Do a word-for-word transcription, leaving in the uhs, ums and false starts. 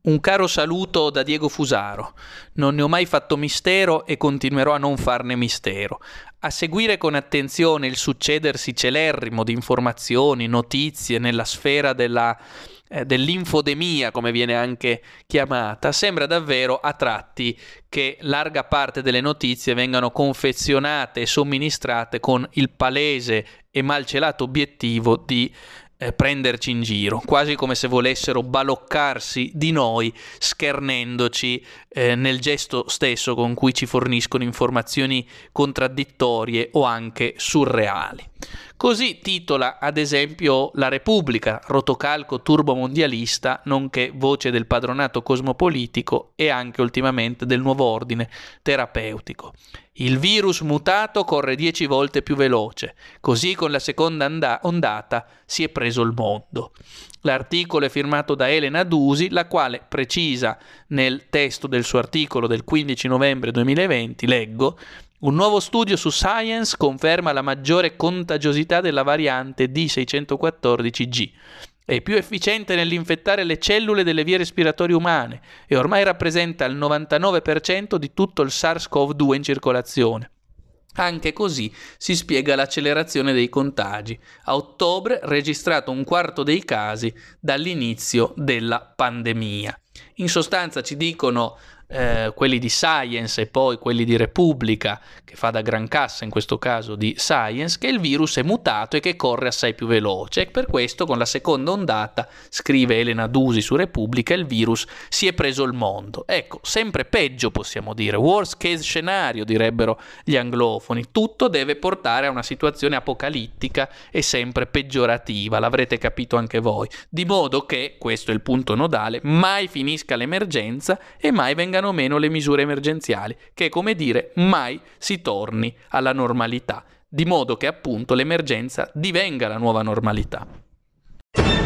Un caro saluto da Diego Fusaro. Non ne ho mai fatto mistero e continuerò a non farne mistero. A seguire con attenzione il succedersi celerrimo di informazioni, notizie nella sfera della, eh, dell'infodemia, come viene anche chiamata, sembra davvero a tratti che larga parte delle notizie vengano confezionate e somministrate con il palese e malcelato obiettivo di Eh, prenderci in giro, quasi come se volessero baloccarsi di noi, schernendoci eh, nel gesto stesso con cui ci forniscono informazioni contraddittorie o anche surreali. Così titola ad esempio La Repubblica, rotocalco turbomondialista, nonché voce del padronato cosmopolitico e anche ultimamente del nuovo ordine terapeutico. Il virus mutato corre dieci volte più veloce, così con la seconda and- ondata si è preso il mondo. L'articolo è firmato da Elena Dusi, la quale precisa nel testo del suo articolo del quindici novembre duemilaventi, leggo: un nuovo studio su Science conferma la maggiore contagiosità della variante D seicentoquattordici G. È più efficiente nell'infettare le cellule delle vie respiratorie umane e ormai rappresenta il novantanove per cento di tutto il SARS-CoV due in circolazione. Anche così si spiega l'accelerazione dei contagi. A ottobre registrato un quarto dei casi dall'inizio della pandemia. In sostanza ci dicono eh, quelli di Science e poi quelli di Repubblica, che fa da gran cassa in questo caso di Science, che il virus è mutato e che corre assai più veloce, e per questo con la seconda ondata, scrive Elena Dusi su Repubblica, il virus si è preso il mondo. Ecco, sempre peggio possiamo dire, worst case scenario direbbero gli anglofoni, tutto deve portare a una situazione apocalittica e sempre peggiorativa, l'avrete capito anche voi, di modo che, questo è il punto nodale, mai finisca l'emergenza e mai vengano meno le misure emergenziali, che è come dire mai si torni alla normalità, di modo che appunto l'emergenza divenga la nuova normalità.